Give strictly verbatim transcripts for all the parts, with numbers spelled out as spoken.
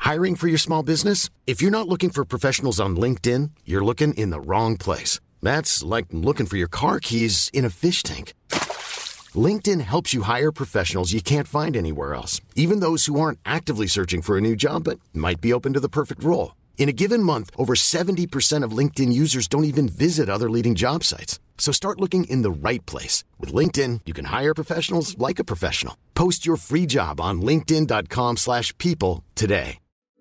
Hiring for your small business? If you're not looking for professionals on LinkedIn, you're looking in the wrong place. That's like looking for your car keys in a fish tank. LinkedIn helps you hire professionals you can't find anywhere else, even those who aren't actively searching for a new job but might be open to the perfect role. In a given month, over seventy percent of LinkedIn users don't even visit other leading job sites. So start looking in the right place. With LinkedIn, you can hire professionals like a professional. Post your free job on linkedin.com slash people today.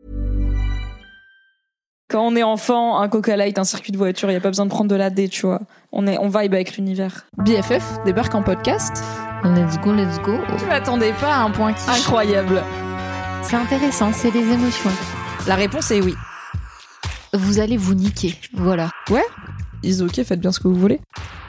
Quand on est enfant, un Coca Light, un circuit de voiture, il n'y a pas besoin de prendre de la D, tu vois. On, est, on vibe avec l'univers. B F F débarque en podcast. Let's go, let's go. Tu m'attendais pas à un point qui incroyable. C'est intéressant, c'est des émotions. La réponse est oui. Vous allez vous niquer, voilà. Ouais, is ok, faites bien ce que vous voulez.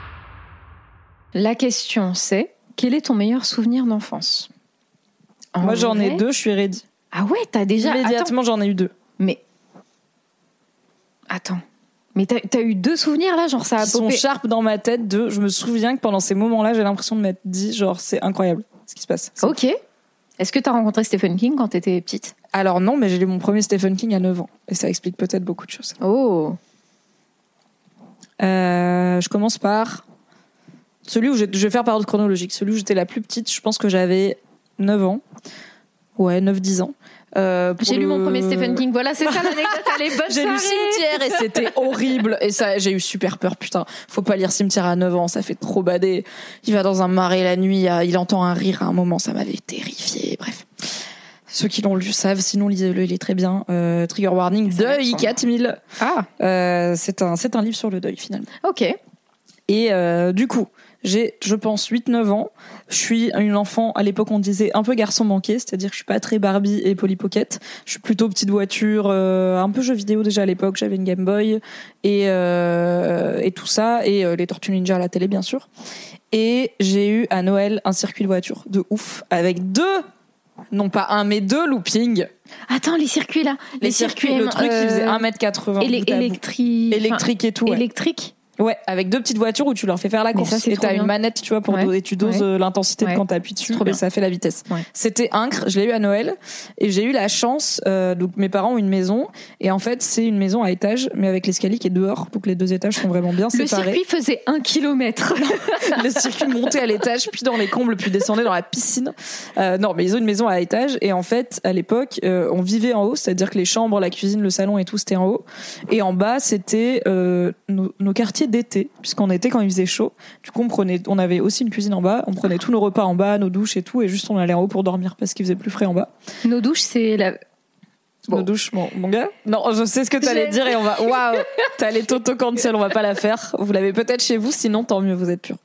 La question c'est, quel est ton meilleur souvenir d'enfance ? En Moi j'en vrai... ai deux, je suis ready. Ah ouais, t'as déjà... Immédiatement Attends. J'en ai eu deux. Mais... Attends. Mais t'as, t'as eu deux souvenirs là, genre ça a Qui sont popé... sharp dans ma tête. Deux. Je me souviens que pendant ces moments-là, j'ai l'impression de m'être dit, genre, c'est incroyable ce qui se passe. C'est... Ok. Est-ce que t'as rencontré Stephen King quand t'étais petite ? Alors non, mais j'ai lu mon premier Stephen King à neuf ans. Et ça explique peut-être beaucoup de choses. Oh. Euh, je commence par celui où j'ai... je vais faire par ordre chronologique. Celui où j'étais la plus petite, je pense que j'avais neuf ans. Ouais, neuf dix ans. Euh, j'ai le... lu mon premier Stephen King. Voilà, c'est ça l'anecdote. Elle est bonne. J'ai lu Cimetière et c'était horrible. Et ça, j'ai eu super peur. Putain, faut pas lire Cimetière à neuf ans. Ça fait trop bader. Il va dans un marais la nuit. Il entend un rire à un moment. Ça m'avait terrifié. Bref. Ceux qui l'ont lu savent. Sinon, lisez-le. Il est très bien. Euh, Trigger warning. Deuil quatre mille. Ah. Euh, c'est un, c'est un livre sur le deuil finalement. Ok. Et euh, du coup, j'ai, je pense, huit neuf ans. Je suis une enfant, à l'époque on disait un peu garçon manqué, c'est-à-dire que je suis pas très Barbie et Polly Pocket. Je suis plutôt petite voiture, euh, un peu jeux vidéo déjà à l'époque. J'avais une Game Boy et, euh, et tout ça, et euh, les Tortues Ninja à la télé bien sûr. Et j'ai eu à Noël un circuit de voiture de ouf, avec deux, non pas un mais deux loopings. Attends, les circuits là. Les, les circuits, circuits, le truc euh, qui faisait un mètre quatre-vingts. Éle- électrique. Électrique et tout. Ouais. Électrique. Ouais, avec deux petites voitures où tu leur fais faire la course. Ça, et t'as bien. une manette, tu vois, pour ouais. doser, tu doses ouais. l'intensité ouais. de quand t'appuies dessus, et bien. ça fait la vitesse. Ouais. C'était incre, je l'ai eu à Noël, et j'ai eu la chance, euh, donc mes parents ont une maison, et en fait, c'est une maison à étage, mais avec l'escalier qui est dehors, donc les deux étages sont vraiment bien le séparés. Le circuit faisait un kilomètre. Le circuit montait à l'étage, puis dans les combles, puis descendait dans la piscine. Euh, non, mais ils ont une maison à étage, et en fait, à l'époque, euh, on vivait en haut, c'est-à-dire que les chambres, la cuisine, le salon et tout, c'était en haut, et en bas, c'était euh, nos, nos quartiers d'été, puisqu'on était quand il faisait chaud. Du coup, on prenait, on avait aussi une cuisine en bas. On prenait tous nos repas en bas, nos douches et tout, et juste on allait en haut pour dormir parce qu'il faisait plus frais en bas. Nos douches, c'est la. Bon. Nos douches, mon, mon gars. Non, je sais ce que t'allais J'ai... dire et on va. Waouh, t'allais toto cancel, on va pas la faire. Vous l'avez peut-être chez vous, sinon tant mieux, vous êtes purs.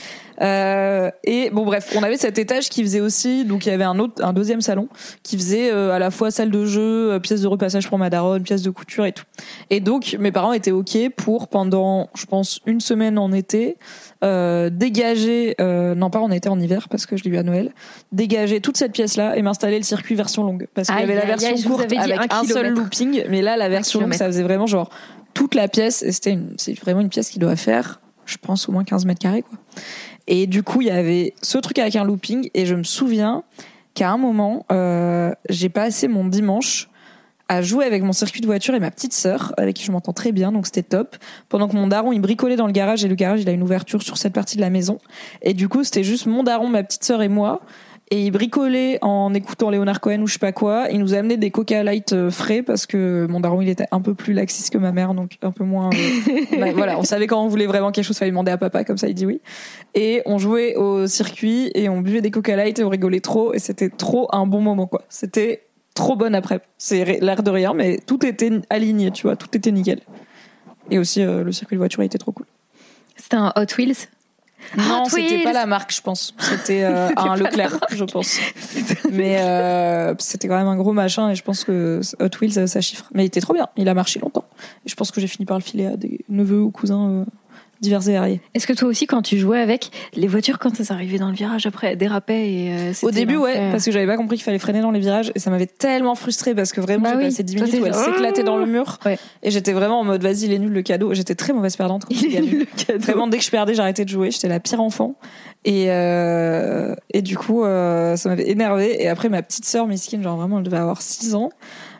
Euh, et bon bref, on avait cet étage qui faisait aussi, donc il y avait un autre, un deuxième salon qui faisait euh, à la fois salle de jeu, euh, pièce de repassage pour ma daronne, pièce de couture et tout. Et donc mes parents étaient ok pour pendant, je pense, une semaine en été, euh, dégager, euh, non pas en été, en hiver parce que je l'ai eu à Noël, dégager toute cette pièce là et m'installer le circuit version longue parce qu'il y avait la version aïe, courte avec un, un seul looping, mais là la version longue ça faisait vraiment genre toute la pièce et c'était une, c'est vraiment une pièce qui doit faire, je pense, au moins quinze mètres carrés quoi. Et du coup, il y avait ce truc avec un looping. Et je me souviens qu'à un moment, euh, j'ai passé mon dimanche à jouer avec mon circuit de voiture et ma petite sœur, avec qui je m'entends très bien, donc c'était top. Pendant que mon daron, il bricolait dans le garage. Et le garage, il a une ouverture sur cette partie de la maison. Et du coup, c'était juste mon daron, ma petite sœur et moi. Et il bricolait en écoutant Leonard Cohen ou je sais pas quoi. Il nous a amené des Coca Light frais parce que mon daron il était un peu plus laxiste que ma mère, donc un peu moins. Euh... bah, voilà, on savait quand on voulait vraiment quelque chose, fallait demander à papa, comme ça il dit oui. Et on jouait au circuit et on buvait des Coca Light et on rigolait trop et c'était trop un bon moment quoi. C'était trop bon après. C'est l'air de rien, mais tout était aligné, tu vois, tout était nickel. Et aussi euh, le circuit de voiture il était trop cool. C'était un Hot Wheels. Non, Hot c'était Wheels. pas la marque, je pense. C'était, euh, c'était un Leclerc, je pense. Mais euh, c'était quand même un gros machin et je pense que Hot Wheels, ça chiffre. Mais il était trop bien, il a marché longtemps. Et je pense que j'ai fini par le filer à des neveux ou cousins euh, divers et variés. Est-ce que toi aussi, quand tu jouais avec les voitures, quand elles arrivaient dans le virage, après, elles dérapaient et euh, au début, ouais, parce que j'avais pas compris qu'il fallait freiner dans les virages et ça m'avait tellement frustrée parce que vraiment, bah j'ai oui. passé dix minutes où elle s'éclatait dans le mur ouais. et j'étais vraiment en mode vas-y, il est nul le cadeau. J'étais très mauvaise perdante. Il est nul le cadeau. Vraiment, dès que je perdais, j'arrêtais de jouer. J'étais la pire enfant. Et, euh, et du coup, euh, ça m'avait énervée. Et après, ma petite sœur, Miskine, genre vraiment, elle devait avoir six ans.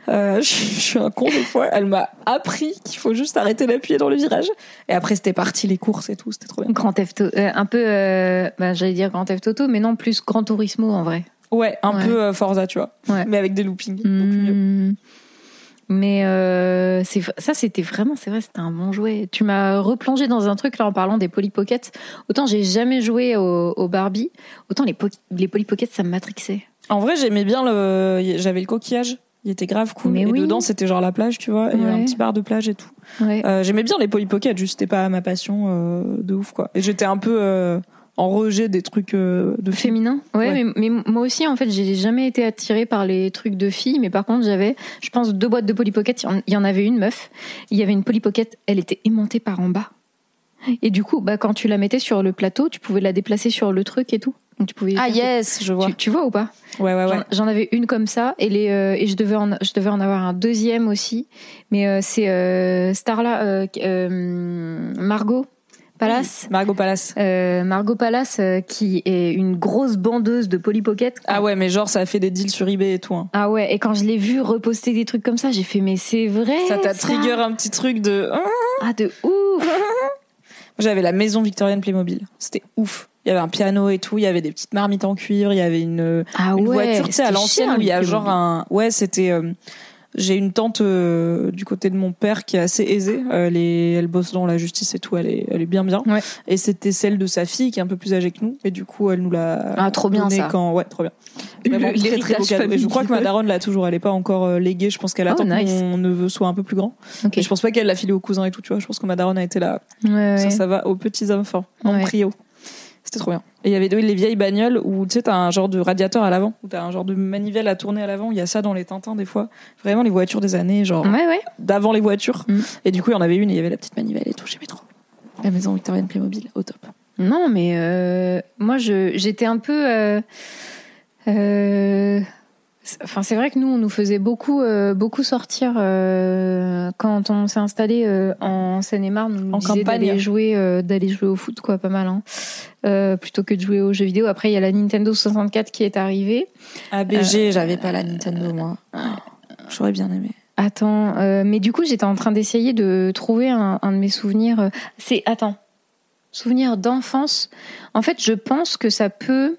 Euh, je, je suis un con des fois. Elle m'a appris qu'il faut juste arrêter d'appuyer dans le virage. Et après, c'était parti les courses et tout. C'était trop bien. Grand Theft Auto, euh, un peu, euh, bah, j'allais dire Grand Theft Auto, mais non, plus Gran Turismo en vrai. Ouais, un Ouais. peu euh, Forza, tu vois. Ouais. Mais avec des loopings. Mmh. Donc mieux. Mais euh, c'est, ça, c'était vraiment, c'est vrai, c'était un bon jouet. Tu m'as replongé dans un truc là en parlant des Polly Pocket. Autant j'ai jamais joué au, au Barbie, autant les, po- les Polly Pocket, ça me matrixait. En vrai, j'aimais bien le. J'avais le coquillage. Il était grave cool. Mais et oui. dedans, c'était genre la plage, tu vois. Et il y avait Ouais. un petit bar de plage et tout. Ouais. Euh, j'aimais bien les Polly Pocket, juste c'était pas ma passion euh, de ouf, quoi. Et j'étais un peu euh, en rejet des trucs euh, de filles. Féminin, ouais, Ouais. Mais, mais moi aussi en fait j'ai jamais été attirée par les trucs de filles, mais par contre j'avais, je pense, deux boîtes de Polly Pocket. Il y en- il y en avait une meuf, il y avait une Polly Pocket, elle était aimantée par en bas, et du coup bah quand tu la mettais sur le plateau, tu pouvais la déplacer sur le truc et tout. Donc tu pouvais. Ah yes, je vois. Tu, tu vois ou pas? Ouais, ouais, ouais. J'en, j'en avais une comme ça et les euh, et je devais en je devais en avoir un deuxième aussi, mais euh, c'est euh, Starla euh, euh, Margot Palace. Margot Palace. Euh, Margot Palace, euh, qui est une grosse bandeuse de Polly Pocket. Ah ouais, mais genre ça a fait des deals sur eBay et tout. Hein. Ah ouais, et quand je l'ai vu reposter des trucs comme ça, j'ai fait mais c'est vrai. Ça t'a trigger un petit truc de. Ah de ouf. J'avais la maison victorienne Playmobil. C'était ouf. Il y avait un piano et tout. Il y avait des petites marmites en cuivre. Il y avait une, Ah une ouais, voiture, tu sais, à c'était l'ancienne cher, où il y a les genre Playmobil. un. Ouais, c'était. euh, J'ai une tante euh, du côté de mon père qui est assez aisée. Elle, est, elle bosse dans la justice et tout. Elle est, elle est bien bien. Ouais. Et c'était celle de sa fille qui est un peu plus âgée que nous. Et du coup, elle nous l'a. Ah, trop bien, donné ça. quand. Ouais, trop bien. Vraiment Le- très, très beau l'héritage cadeau. Et je crois que ma familial. daronne l'a toujours. Elle est pas encore euh, léguée. Je pense qu'elle Oh, attend nice. que mon neveu soit un peu plus grand. Ok. Et je pense pas qu'elle l'a filé aux cousins et tout. Tu vois. Je pense que ma daronne a été là. Ouais, ouais. Ça, ça va aux petits enfants. En Ouais. prio. C'était trop bien. Et il y avait oui, les vieilles bagnoles où tu sais, t'as un genre de radiateur à l'avant, où t'as un genre de manivelle à tourner à l'avant. Il y a ça dans les Tintins des fois. Vraiment les voitures des années, genre Ouais, ouais. d'avant les voitures. Mm. Et du coup, il y en avait une et il y avait la petite manivelle et tout. J'aimais trop. La maison victorienne Playmobil, au top. Non, mais euh, moi, je, j'étais un peu. Euh, euh, c'est- enfin, c'est vrai que nous, on nous faisait beaucoup, euh, beaucoup sortir euh, quand on s'est installé euh, en Seine-et-Marne. On nous En disait campagne. d'aller jouer, euh, d'aller jouer au foot, quoi, pas mal, hein, euh, plutôt que de jouer aux jeux vidéo. Après, il y a la Nintendo soixante-quatre qui est arrivée. A B G, j'avais pas la Nintendo moi. J'aurais bien aimé. Attends, euh, mais du coup, j'étais en train d'essayer de trouver un, un de mes souvenirs. euh, C'est attends, souvenirs d'enfance. En fait, je pense que ça peut.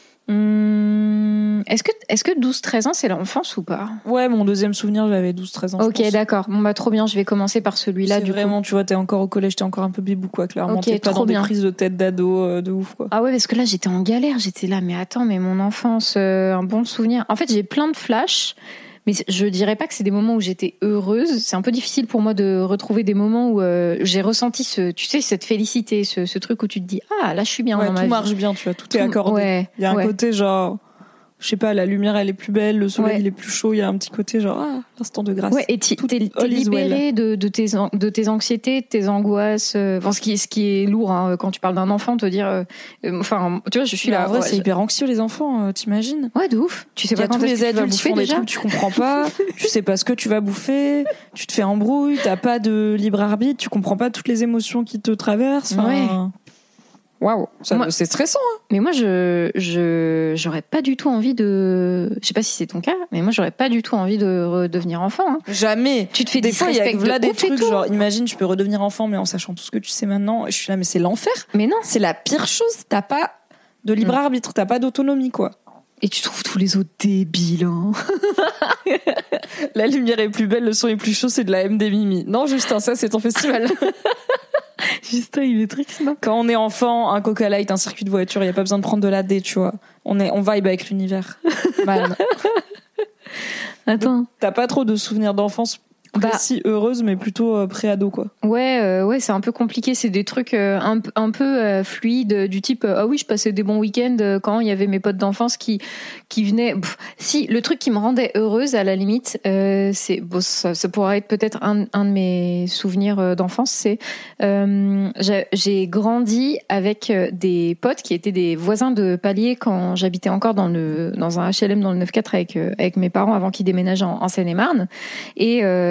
Hum, est-ce que est-ce que douze treize ans c'est l'enfance ou pas? Ouais, mon deuxième souvenir, j'avais douze treize ans. je Ok, pense. d'accord. Bon bah trop bien. Je vais commencer par celui-là. C'est Du vraiment, coup. tu vois, t'es encore au collège, t'es encore un peu bibou, quoi, clairement. Ok, t'es pas trop dans bien. des prises de tête d'ado euh, de ouf, quoi. Ah ouais, parce que là j'étais en galère. J'étais là, mais attends, mais mon enfance, euh, un bon souvenir. En fait, j'ai plein de flashs. Mais je dirais pas que c'est des moments où j'étais heureuse. C'est un peu difficile pour moi de retrouver des moments où euh, j'ai ressenti ce, tu sais, cette félicité, ce, ce truc où tu te dis ah là je suis bien Ouais, dans tout ma marche vie. bien, tu vois, tout, est accordé. Ouais, Il y a un ouais. côté genre, je sais pas, la lumière elle est plus belle, le soleil Ouais. il est plus chaud, il y a un petit côté genre, ah, l'instant de grâce. Ouais, et t'y- Tout- t'es t'es all is well. libéré de, de, tes, an- de tes anxiétés, de tes angoisses. euh, Enfin, ce qui, ce qui est lourd hein, quand tu parles d'un enfant, te dire. euh, euh, Enfin, tu vois, je suis Mais là. en vrai, ouais, c'est je- hyper anxieux les enfants, euh, t'imagines? Ouais, de ouf. Tu sais Il y pas a quand tous est-ce les que tu vas adultes qui bouffer font des déjà. trucs que tu comprends pas, tu sais pas ce que tu vas bouffer, tu te fais embrouille, t'as pas de libre arbitre, tu comprends pas toutes les émotions qui te traversent. enfin, Ouais. Waouh, ça- Moi- c'est stressant. Hein. Mais moi, je, je, j'aurais pas du tout envie de. Je sais pas si c'est ton cas, mais moi, j'aurais pas du tout envie de redevenir enfant. Hein. Jamais. Tu te fais Des fois, il y a disrespect là de des ouf et trucs tout. genre, imagine, tu peux redevenir enfant, mais en sachant tout ce que tu sais maintenant. Et je suis là, mais c'est l'enfer. Mais non. C'est la pire chose. T'as pas de libre arbitre, t'as pas d'autonomie, quoi. Et tu trouves tous les autres débiles. Hein. La lumière est plus belle, le son est plus chaud, c'est de la M D Mimi. Non, Justin, ça, c'est ton festival. Justin, il est triste, non? Quand on est enfant, un Coca Light, un circuit de voiture, il y a pas besoin de prendre de la D, tu vois. On est, on vibe avec l'univers. Man. Attends. T'as pas trop de souvenirs d'enfance Bah, précis, heureuse, mais plutôt euh, pré-ado, quoi. ouais, euh, ouais, c'est un peu compliqué. C'est des trucs euh, un, p- un peu euh, fluides, du type euh, ah oui, je passais des bons week-ends euh, quand il y avait mes potes d'enfance qui qui venaient. Pff, si le truc qui me rendait heureuse, à la limite, euh, c'est bon, ça, ça pourrait être peut-être un, un de mes souvenirs euh, d'enfance. C'est euh, j'ai, j'ai grandi avec euh, des potes qui étaient des voisins de palier quand j'habitais encore dans le dans un H L M dans le neuf quatre avec euh, avec mes parents avant qu'ils déménagent en, en Seine-et-Marne. Et, euh,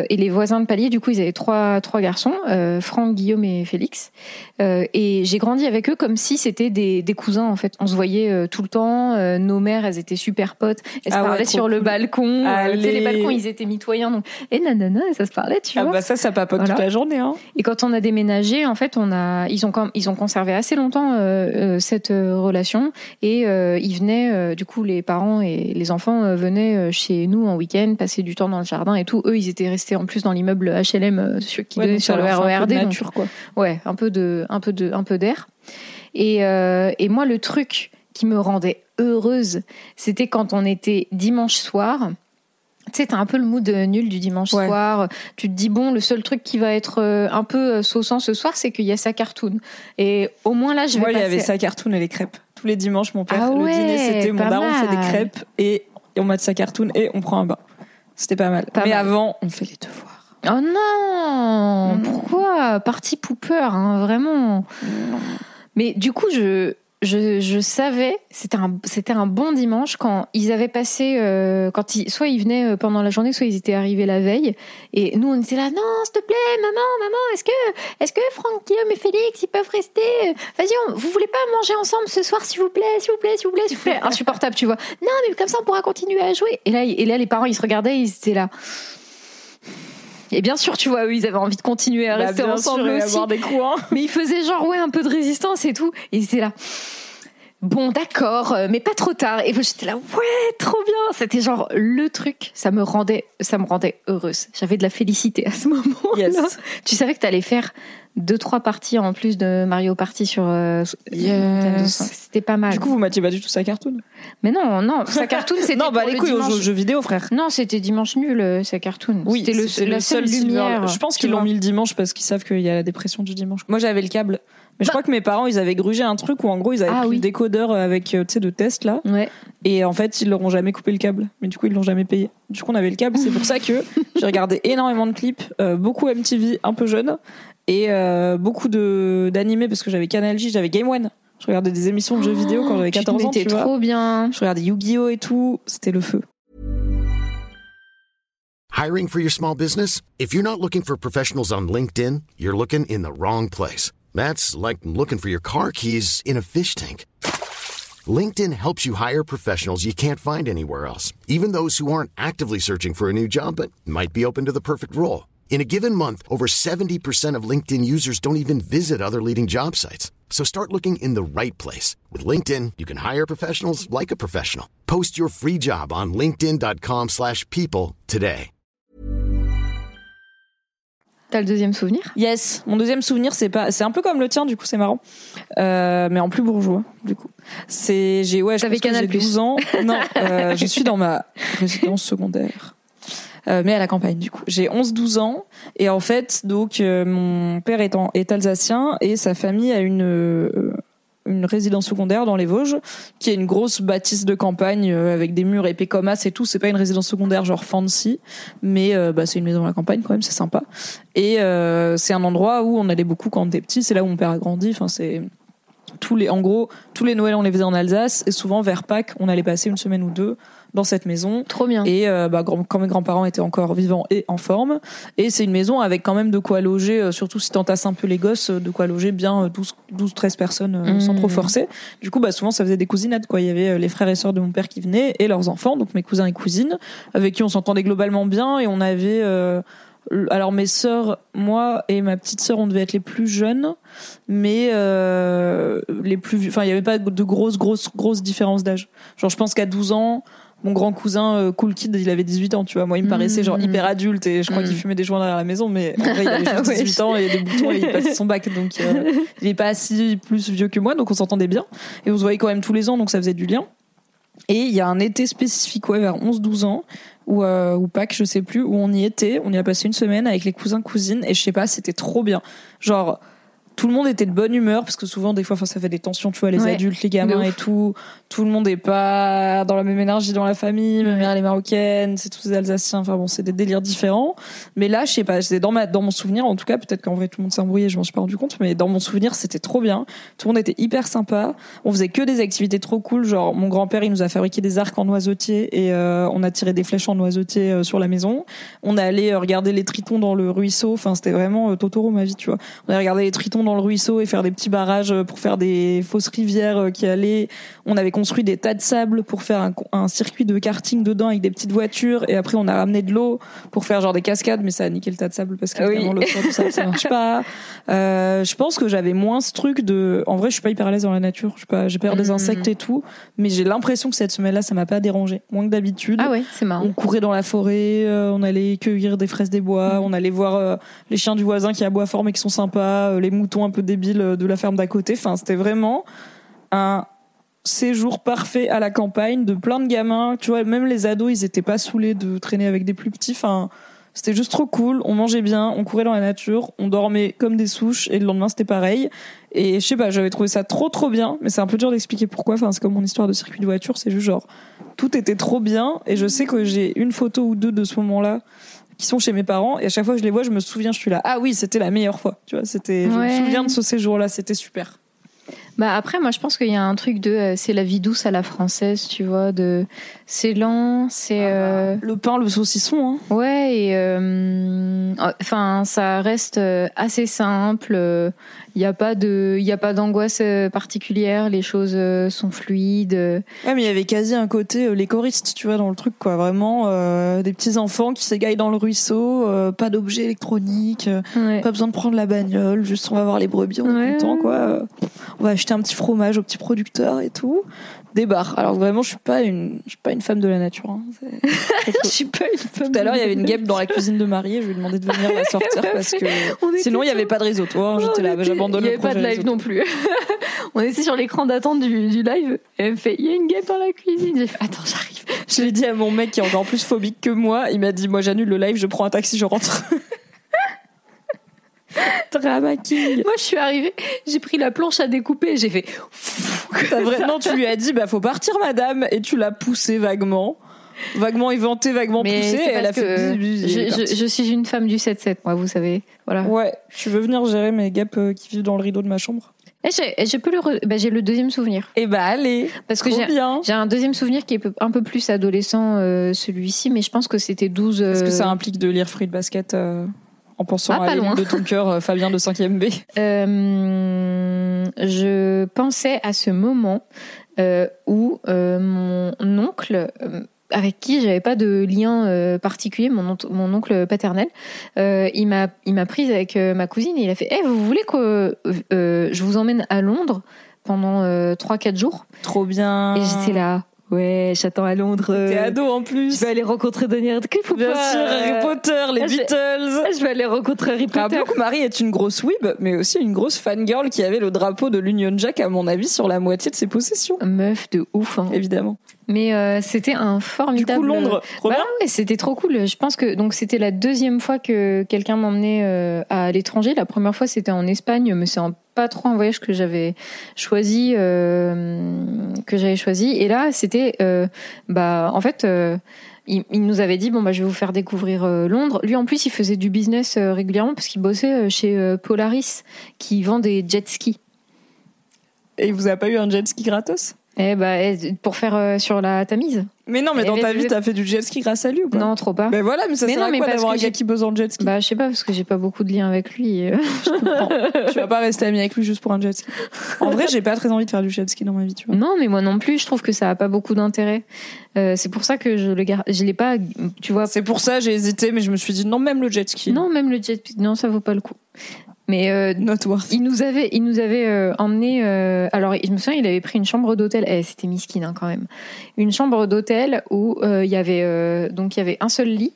et les voisins de palier, du coup, ils avaient trois trois garçons, euh, Franck, Guillaume et Félix. Euh, et j'ai grandi avec eux comme si c'était des des cousins en fait. On se voyait euh, tout le temps. Euh, nos mères, elles étaient super potes. Elles se Ah ouais, parlaient trop sur le cool. balcon. Euh, tu sais, les Allez. balcons, ils étaient mitoyens. Donc et nanana, et ça se parlait, tu Ah vois. bah ça, ça papote Voilà. toute la journée. Hein. Et quand on a déménagé, en fait, on a, ils ont, quand- ils ont conservé assez longtemps euh, euh, cette euh, relation. Et euh, ils venaient, euh, du coup, les parents et les enfants euh, venaient euh, chez nous en week-end, passer du temps dans le jardin et tout. Eux, ils étaient restés en plus dans l'immeuble H L M euh, sur- qui Ouais, donnait donc sur ça le leur fait un R E peu R de D. donc- nature, quoi. Ouais, un peu de, un peu de, un peu d'air. Et, euh, et moi, le truc qui me rendait heureuse, c'était quand on était dimanche soir. Tu sais, t'as un peu le mood nul du dimanche Ouais. soir. Tu te dis, bon, le seul truc qui va être euh, un peu euh, sauçant ce soir, c'est qu'il y a sa cartoon. Et au moins là, je vais Moi, il y passer... avait sa cartoon et les crêpes. Tous les dimanches, mon père, Ah le ouais, dîner, c'était mon pas daron fait des mal. crêpes et, et on met de sa cartoon et on prend un bain. C'était pas mal. Pas Mais mal. avant, on fait les devoirs. Oh non, Non. pourquoi? Parti poupeur, hein, vraiment. Mais du coup, je, je, je savais, c'était un, c'était un bon dimanche quand ils avaient passé, euh, quand ils, soit ils venaient pendant la journée, soit ils étaient arrivés la veille. Et nous, on était là, non, s'il te plaît, maman, maman, est-ce que, est-ce que Franck, Guillaume et Félix, ils peuvent rester? Vas-y, on, vous voulez pas manger ensemble ce soir, s'il vous plaît, s'il vous plaît, s'il vous plaît, s'il vous plaît? Insupportable, tu vois. Non, mais comme ça, on pourra continuer à jouer. Et là, et là, les parents, ils se regardaient, ils étaient là. Et bien sûr, tu vois, eux, ils avaient envie de continuer à Bah, rester bien ensemble sûr, et aussi. avoir des coups, hein. Mais ils faisaient genre, ouais, un peu de résistance et tout. Et ils étaient là. Bon, d'accord, euh, mais pas trop tard. Et moi, j'étais là, ouais, trop bien. C'était genre le truc. Ça me rendait, ça me rendait heureuse. J'avais de la félicité à ce moment-là. Yes. Tu savais que t'allais faire deux, trois parties en plus de Mario Party sur euh, Nintendo Yes. cinq. C'était pas mal. Du coup, vous matchiez pas du tout sa cartoon. Mais non, non, sa cartoon, c'était Non, bah pour les le couilles aux dimanche. jeux, jeux vidéo, frère. Non, c'était dimanche nul, euh, sa cartoon. Oui, c'était le, c'était la seule silver- lumière. Je pense tu qu'ils l'ont vois. mis le dimanche parce qu'ils savent qu'il y a la dépression du dimanche. Moi, j'avais le câble. Mais je crois que mes parents, ils avaient grugé un truc où en gros, ils avaient Ah pris oui. le décodeur avec, euh, tu sais, de test là. Ouais. Et en fait, ils leur ont jamais coupé le câble. Mais du coup, ils l'ont jamais payé. Du coup, on avait le câble. C'est pour ça que j'ai regardé énormément de clips, euh, beaucoup M T V, un peu jeune, et euh, beaucoup de d'animés parce que j'avais Canal J, j'avais Game One. Je regardais des émissions de jeux vidéo quand j'avais Tu te quatorze ans, mettais tu vois. trop bien. Je regardais Yu-Gi-Oh et tout. C'était le feu. Hiring for your small business? If you're not looking for professionals on LinkedIn, you're looking in the wrong place. That's like looking for your car keys in a fish tank. LinkedIn helps you hire professionals you can't find anywhere else, even those who aren't actively searching for a new job but might be open to the perfect role. In a given month, over seventy percent of LinkedIn users don't even visit other leading job sites. So start looking in the right place. With LinkedIn, you can hire professionals like a professional. Post your free job on linkedin dot com slash people today. T'as le deuxième souvenir? Yes. Mon deuxième souvenir, c'est pas, c'est un peu comme le tien, du coup, c'est marrant. Euh, mais en plus bourgeois, du coup. C'est, j'ai, ouais, je T'avais pense que Canal+. j'ai douze ans. Non, euh, je suis dans ma résidence secondaire. Euh, mais à la campagne, du coup. J'ai onze douze ans. Et en fait, donc, euh, mon père est, en, est alsacien et sa famille a une, euh, une résidence secondaire dans les Vosges, qui est une grosse bâtisse de campagne euh, avec des murs épais comme as et tout. C'est pas une résidence secondaire genre fancy, mais euh, bah, c'est une maison à la campagne quand même, c'est sympa. Et euh, c'est un endroit où on allait beaucoup quand on était petit. C'est là où mon père a grandi. Enfin, c'est tous les, en gros, tous les Noëls on les faisait en Alsace et souvent vers Pâques on allait passer une semaine ou deux dans cette maison. Trop bien. Et euh, bah, quand mes grands-parents étaient encore vivants et en forme. Et c'est une maison avec quand même de quoi loger, euh, surtout si t'entasses un peu les gosses, euh, de quoi loger bien douze, douze treize personnes euh, Mmh. sans trop forcer. Du coup, bah, souvent ça faisait des cousinades, quoi. Il y avait euh, les frères et sœurs de mon père qui venaient et leurs enfants, donc mes cousins et cousines, avec qui on s'entendait globalement bien. Et on avait... Euh, alors mes sœurs, moi et ma petite sœur, on devait être les plus jeunes, mais euh, les plus, enfin il y avait pas de grosses grosses grosses différences d'âge. Genre je pense qu'à douze ans, mon grand cousin euh, Cool Kid, il avait dix-huit ans, tu vois. Moi, il me paraissait genre hyper adulte et je crois Mm. qu'il fumait des joints derrière la maison, mais en vrai, il avait juste Ouais. dix-huit ans et des boutons et il passait son bac, donc euh, il est pas si plus vieux que moi, donc on s'entendait bien et on se voyait quand même tous les ans, donc ça faisait du lien. Et il y a un été spécifique, ouais, vers onze douze ans, ou, euh, ou Pâques, je sais plus, où on y était, on y a passé une semaine avec les cousins, cousines, et je sais pas, c'était trop bien. Genre, tout le monde était de bonne humeur parce que souvent des fois enfin ça fait des tensions, tu vois, les ouais. adultes, les gamins et tout, tout le monde est pas dans la même énergie dans la famille, ma mère elle est marocaine, c'est tous des Alsaciens, enfin bon, c'est des délires différents. Mais là, je sais pas, c'est dans ma dans mon souvenir en tout cas, peut-être qu'en vrai tout le monde s'est embrouillé, je m'en suis pas rendu compte, mais dans mon souvenir, c'était trop bien. Tout le monde était hyper sympa. On faisait que des activités trop cool, genre mon grand-père, il nous a fabriqué des arcs en noisetier et euh, on a tiré des flèches en noisetier euh, sur la maison. On est allé euh, regarder les tritons dans le ruisseau, enfin c'était vraiment euh, Totoro ma vie, tu vois. On a regardé les tritons dans le ruisseau et faire des petits barrages pour faire des fausses rivières qui allaient. On avait construit des tas de sable pour faire un, un circuit de karting dedans avec des petites voitures et après on a ramené de l'eau pour faire genre des cascades, mais ça a niqué le tas de sable parce que oui. le sol, ça, ça marche pas. Euh, je pense que j'avais moins ce truc de. En vrai, je suis pas hyper à l'aise dans la nature. Je suis pas, j'ai peur des insectes et tout, mais j'ai l'impression que cette semaine-là, ça m'a pas dérangé, moins que d'habitude. Ah ouais, c'est marrant. On courait dans la forêt, euh, on allait cueillir des fraises des bois, mmh. on allait voir euh, les chiens du voisin qui aboient fort mais qui sont sympas, euh, les moutons un peu débiles de la ferme d'à côté. Enfin, c'était vraiment un séjour parfait à la campagne de plein de gamins. Tu vois, même les ados, ils étaient pas saoulés de traîner avec des plus petits. Enfin, c'était juste trop cool. On mangeait bien, on courait dans la nature, on dormait comme des souches et le lendemain, c'était pareil. Et je sais pas, j'avais trouvé ça trop trop bien, mais c'est un peu dur d'expliquer pourquoi. Enfin, c'est comme mon histoire de circuit de voiture, c'est juste genre tout était trop bien. Et je sais que j'ai une photo ou deux de ce moment-là qui sont chez mes parents et à chaque fois que je les vois je me souviens, je suis là, ah oui, c'était la meilleure fois, tu vois, c'était ouais. je me souviens de ce séjour-là, c'était super. Bah après moi je pense qu'il y a un truc de euh, c'est la vie douce à la française, tu vois, de c'est lent, c'est euh... le pain, le saucisson hein. Ouais, et euh... enfin ça reste assez simple, il y a pas de il y a pas d'angoisse particulière, les choses sont fluides. Ouais, mais il y avait quasi un côté euh, les choristes, tu vois, dans le truc quoi, vraiment euh, des petits enfants qui s'égaillent dans le ruisseau, euh, pas d'objets électroniques, ouais. pas besoin de prendre la bagnole, juste on va voir les brebis, on est ouais. content quoi. On va acheter un petit fromage au petit producteur et tout. Des bars. Alors vraiment, je suis pas une, je suis pas une femme de la nature. Hein. Je suis pas une femme. Tout à l'heure, il y avait une guêpe dans la cuisine de Marie et je lui ai demandé de venir la sortir parce que sinon il y avait pas de risotto. Hein. J'étais là, était... j'abandonne le projet. Il y avait pas de live risotto. Non plus. On était sur l'écran d'attente du, du live. Et elle me fait, il y a une guêpe dans la cuisine. J'ai fait, attends, j'arrive. Je l'ai dit à mon mec qui est encore plus phobique que moi. Il m'a dit, moi j'annule le live, je prends un taxi, je rentre. Drama King. Moi je suis arrivée, j'ai pris la planche à découper et j'ai fait T'as vrai... non, tu lui as dit bah faut partir madame et tu l'as poussé vaguement vaguement éventé, vaguement mais poussé et elle a fait je, je, je suis une femme du sept sept moi, vous savez, voilà. Ouais, tu veux venir gérer mes guêpes qui vivent dans le rideau de ma chambre? Et j'ai, je peux le re... bah, j'ai le deuxième souvenir. Et bah allez, parce que j'ai, bien. j'ai un deuxième souvenir qui est un peu plus adolescent, euh, celui-ci, mais je pense que c'était douze. Euh... Est-ce que ça implique de lire Fruit Basket euh... en pensant ah, à l'île de ton cœur, Fabien de cinquième B? euh, Je pensais à ce moment euh, où euh, mon oncle, euh, avec qui j'avais pas de lien euh, particulier, mon, on- mon oncle paternel, euh, il m'a, il m'a prise avec euh, ma cousine et il a fait hey, « vous voulez que euh, je vous emmène à Londres pendant euh, trois quatre jours ?» Trop bien. Et j'étais là. Ouais, j'attends à Londres. T'es ado en plus. Je vais aller rencontrer Daniel Radcliffe ou Bien pas sûr, Harry Potter, les Ah, je- Beatles. Je vais aller rencontrer Harry Potter. Rappelons que Marie est une grosse weeb, mais aussi une grosse fangirl qui avait le drapeau de l'Union Jack, à mon avis, sur la moitié de ses possessions. Meuf de ouf, hein. Évidemment. Mais euh, c'était un Du formidable. coup, Londres, trop Bah bien. ouais, c'était trop cool. Je pense que donc c'était la deuxième fois que quelqu'un m'emmenait euh, à l'étranger. La première fois c'était en Espagne, mais c'est un, pas trop un voyage que j'avais choisi, euh, que j'avais choisi. Et là c'était, euh, bah en fait. Euh, il, il nous avait dit bon bah je vais vous faire découvrir euh, Londres. Lui en plus il faisait du business euh, régulièrement parce qu'il bossait euh, chez euh, Polaris qui vend des jet skis. Et il vous a pas eu un jet ski gratos? Eh bah eh, pour faire euh, sur la Tamise. Mais non, mais Eh dans ben, ta je vie, vais- t'as fait du jet ski grâce à lui ou pas? Non trop pas. Ben voilà, mais ça Mais sert non, à mais quoi parce d'avoir que un gars j'ai- qui bosse en jet ski? Bah je sais pas parce que j'ai pas beaucoup de liens avec lui. euh. Tu vas pas rester ami avec lui juste pour un jet ski. En vrai, j'ai pas très envie de faire du jet ski dans ma vie, tu vois. Non, mais moi non plus, je trouve que ça a pas beaucoup d'intérêt. Euh, c'est pour ça que je le garde, je l'ai pas, tu vois. C'est pour ça j'ai hésité, mais je me suis dit non, même le jet ski. Non, même le jet, non, ça vaut pas le coup. Mais euh, Not worth. il nous avait, il nous avait euh, emmené. Euh, alors, je me souviens, il avait pris une chambre d'hôtel. Eh, c'était miskin hein, quand même. Une chambre d'hôtel où euh, il y avait euh, donc il y avait un seul lit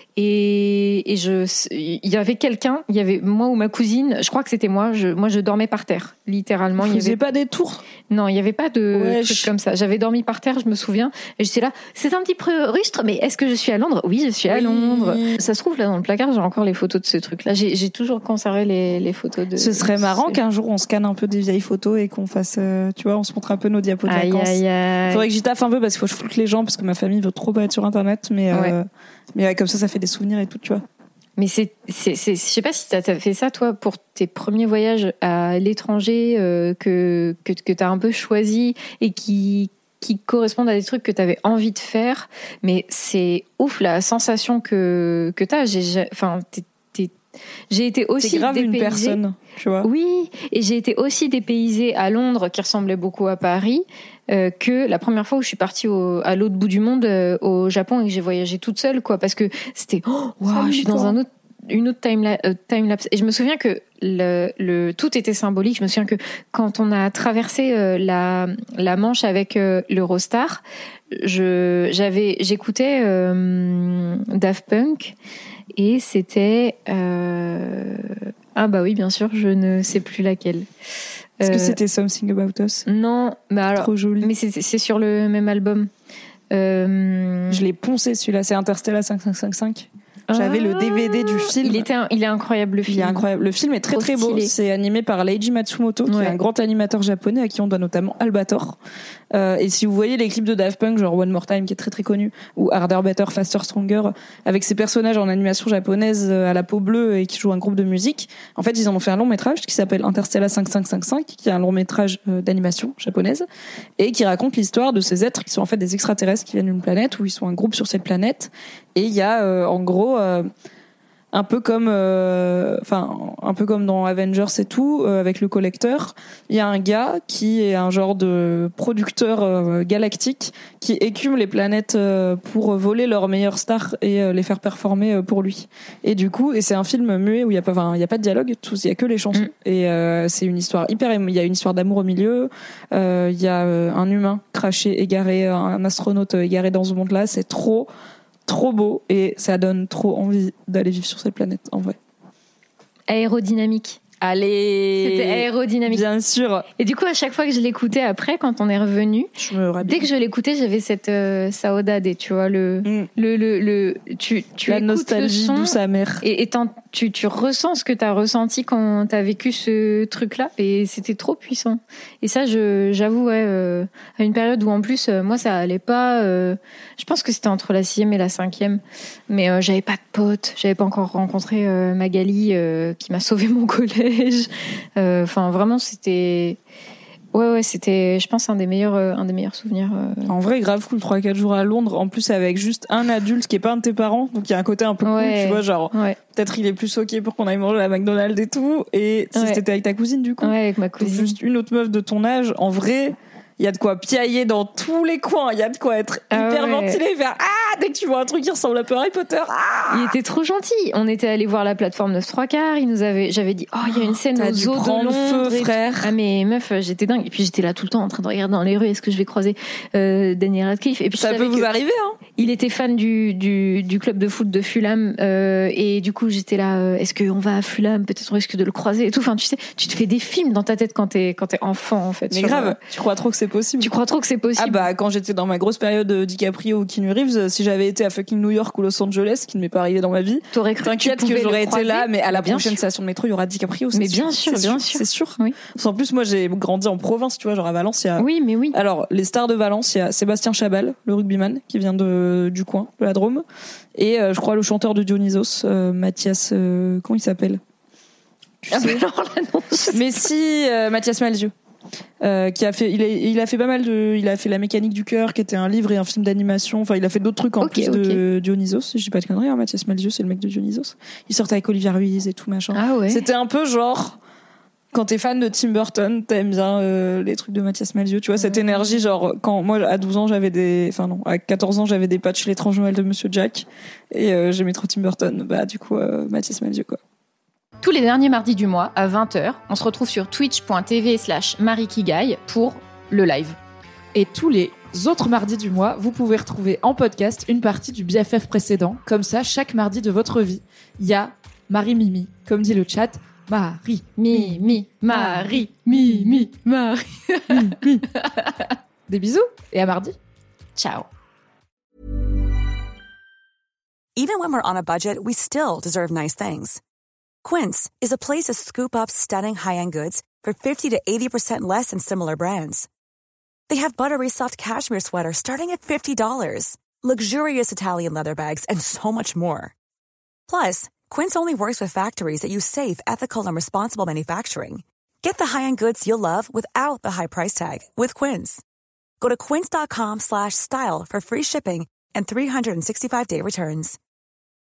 Et, et je, il y avait quelqu'un, il y avait moi ou ma cousine, je crois que c'était moi, je, moi je dormais par terre, littéralement. Vous il y faisiez avait pas des tours? Non, il y avait pas de ouais, trucs je... comme ça. J'avais dormi par terre, je me souviens, et j'étais là. C'est un petit peu rustre, mais est-ce que je suis à Londres? Oui, je suis à oui. Londres. Ça se trouve là dans le placard, j'ai encore les photos de ce truc-là. J'ai, j'ai toujours conservé les, les photos de. Ce serait marrant c'est... qu'un jour on scanne un peu des vieilles photos et qu'on fasse, euh, tu vois, on se montre un peu nos diapos de aïe, vacances. Aïe, aïe. Faudrait que j'y taffe un peu parce qu'il faut que je flouque les gens parce que ma famille veut trop pas être sur internet, mais ouais. euh, mais ouais, comme ça, ça fait des souvenirs et tout, tu vois. Mais c'est, c'est, c'est, je sais pas si t'as fait ça, toi, pour tes premiers voyages à l'étranger, euh, que, que, que t'as un peu choisi et qui, qui correspondent à des trucs que t'avais envie de faire. Mais c'est ouf, la sensation que, que t'as. J'ai, enfin, t'es, t'es, j'ai été aussi t'es grave dépaysée. Une personne, tu vois. Oui, et j'ai été aussi dépaysée à Londres, qui ressemblait beaucoup à Paris, euh, que la première fois où je suis partie au, à l'autre bout du monde, euh, au Japon, et que j'ai voyagé toute seule, quoi, parce que c'était, oh, wow, je suis dans un autre, une autre time, la, euh, time lapse. Et je me souviens que le, le, tout était symbolique. Je me souviens que quand on a traversé euh, la, la Manche avec euh, l'Eurostar, je, j'avais, j'écoutais euh, Daft Punk, et c'était, euh, ah bah oui, bien sûr, je ne sais plus laquelle. Est-ce euh, que c'était Something About Us? Non, mais alors, trop joli. Mais c'est, c'est sur le même album. Euh... Je l'ai poncé celui-là, c'est Interstellar cinq cinq cinq cinq. J'avais ah, le D V D du film. Il était, un, il est incroyable le film. Il est incroyable. Le film est très Trop très beau. Stylé. C'est animé par Leiji Matsumoto, qui ouais. est un grand animateur japonais à qui on doit notamment Albator. Euh, et si vous voyez les clips de Daft Punk, genre One More Time, qui est très très connu, ou Harder, Better, Faster, Stronger, avec ces personnages en animation japonaise à la peau bleue et qui jouent un groupe de musique, en fait ils en ont fait un long métrage qui s'appelle Interstellar cinq cinq cinq cinq, qui est un long métrage d'animation japonaise et qui raconte l'histoire de ces êtres qui sont en fait des extraterrestres qui viennent d'une planète où ils sont un groupe sur cette planète. Et il y a euh, en gros euh, un peu comme euh, enfin un peu comme dans Avengers et tout euh, avec le collecteur, il y a un gars qui est un genre de producteur euh, galactique qui écume les planètes euh, pour voler leurs meilleures stars et euh, les faire performer euh, pour lui. Et du coup, et c'est un film muet où il y a pas enfin il y a pas de dialogue, tout, il y a que les chansons. Mm. Et euh, c'est une histoire hyper, il y a une histoire d'amour au milieu, euh, il y a euh, un humain craché, égaré, un astronaute égaré dans ce monde-là, c'est trop trop beau et ça donne trop envie d'aller vivre sur cette planète en vrai. Aérodynamique. Allez. C'était aérodynamique. Bien sûr. Et du coup, à chaque fois que je l'écoutais après, quand on est revenu, je me dès que je l'écoutais, j'avais cette euh, saudade, tu vois, le, mm. le, le, le, tu, tu la écoutes nostalgie le son, douce amère. Et, et tu, tu ressens ce que t'as ressenti quand t'as vécu ce truc-là, et c'était trop puissant. Et ça, je, j'avoue, ouais, euh, à une période où en plus, euh, moi, ça allait pas. Euh, je pense que c'était entre la sixième et la cinquième, mais euh, j'avais pas de potes, j'avais pas encore rencontré euh, Magali euh, qui m'a sauvé mon collège. Enfin, euh, vraiment, c'était. Ouais, ouais, c'était, je pense, un des meilleurs, euh, un des meilleurs souvenirs. Euh... En vrai, grave cool, trois quatre jours à Londres. En plus, avec juste un adulte qui est pas un de tes parents. Donc, il y a un côté un peu ouais. cool, tu vois, genre, ouais. peut-être il est plus ok pour qu'on aille manger à McDonald's et tout. Et si ouais. c'était avec ta cousine, du coup. Ouais, avec ma cousine. Donc, juste une autre meuf de ton âge, en vrai. Il y a de quoi piailler dans tous les coins. Il y a de quoi être ah hyper ouais. ventilé, faire ah dès que tu vois un truc qui ressemble un peu à Harry Potter. Ah il était trop gentil. On était allé voir la plateforme neuf trois quarts. Il nous avait, j'avais dit oh il y a une scène T'as aux eaux de Londres, feu, frère. Ah mais meuf, j'étais dingue. Et puis j'étais là tout le temps en train de regarder dans les rues. Est-ce que je vais croiser euh, Daniel Radcliffe? Et puis ça peut vous arriver, hein. Il était fan du du du club de foot de Fulham euh, et du coup j'étais là. Euh, est-ce qu'on va à Fulham? Peut-être on risque de le croiser et tout. Enfin tu sais, tu te fais des films dans ta tête quand t'es quand t'es enfant en fait. Mais grave. Euh, tu crois trop que c'est possible. Tu crois trop que c'est possible. Ah bah quand j'étais dans ma grosse période DiCaprio ou Keanu Reeves, si j'avais été à fucking New York ou Los Angeles, qui ne m'est pas arrivé dans ma vie, t'aurais cru t'inquiète que, que j'aurais été là, mais à la bien prochaine sûr. station de métro, il y aura DiCaprio. Mais sûr, bien sûr, bien sûr, c'est sûr. Oui. En plus, moi, j'ai grandi en province, tu vois, genre à Valence, il y a. Oui, mais oui. Alors, les stars de Valence, il y a Sébastien Chabal, le rugbyman, qui vient de du coin, de la Drôme, et euh, je crois le chanteur de Dionysos, euh, Mathias, euh, comment il s'appelle? Tu ah sais. Mais, alors, là, non, mais si, euh, Mathias Malzieu. Euh, qui a fait, il a, il a fait pas mal de, il a fait La Mécanique du cœur, qui était un livre et un film d'animation. Enfin, il a fait d'autres trucs en okay, plus okay. de Dionysos. Je dis pas de conneries, hein, Mathias Malzieu, c'est le mec de Dionysos. Il sortait avec Olivia Ruiz et tout machin. Ah ouais. C'était un peu genre, quand t'es fan de Tim Burton, t'aimes bien euh, les trucs de Mathias Malzieu. Tu vois, cette mmh. énergie, genre, quand moi, à douze ans, j'avais des, enfin non, à quatorze ans, j'avais des patchs L'étrange Noël de Monsieur Jack. Et euh, j'aimais trop Tim Burton. Bah, du coup, euh, Mathias Malzieu, quoi. Tous les derniers mardis du mois, à vingt heures, on se retrouve sur twitch point tv slash marikigai pour le live. Et tous les autres mardis du mois, vous pouvez retrouver en podcast une partie du B F F précédent. Comme ça, chaque mardi de votre vie, il y a Marie Mimi, comme dit le chat. Marie, Mimi, Marie, Mimi, Marie. Mimi. Des bisous et à mardi. Ciao. Even when we're on a budget, we still deserve nice things. Quince is a place to scoop up stunning high-end goods for fifty to eighty percent less than similar brands. They have buttery soft cashmere sweaters starting at fifty dollars, luxurious Italian leather bags, and so much more. Plus, Quince only works with factories that use safe, ethical, and responsible manufacturing. Get the high-end goods you'll love without the high price tag with Quince. Go to quince.com slash style for free shipping and three sixty-five day returns.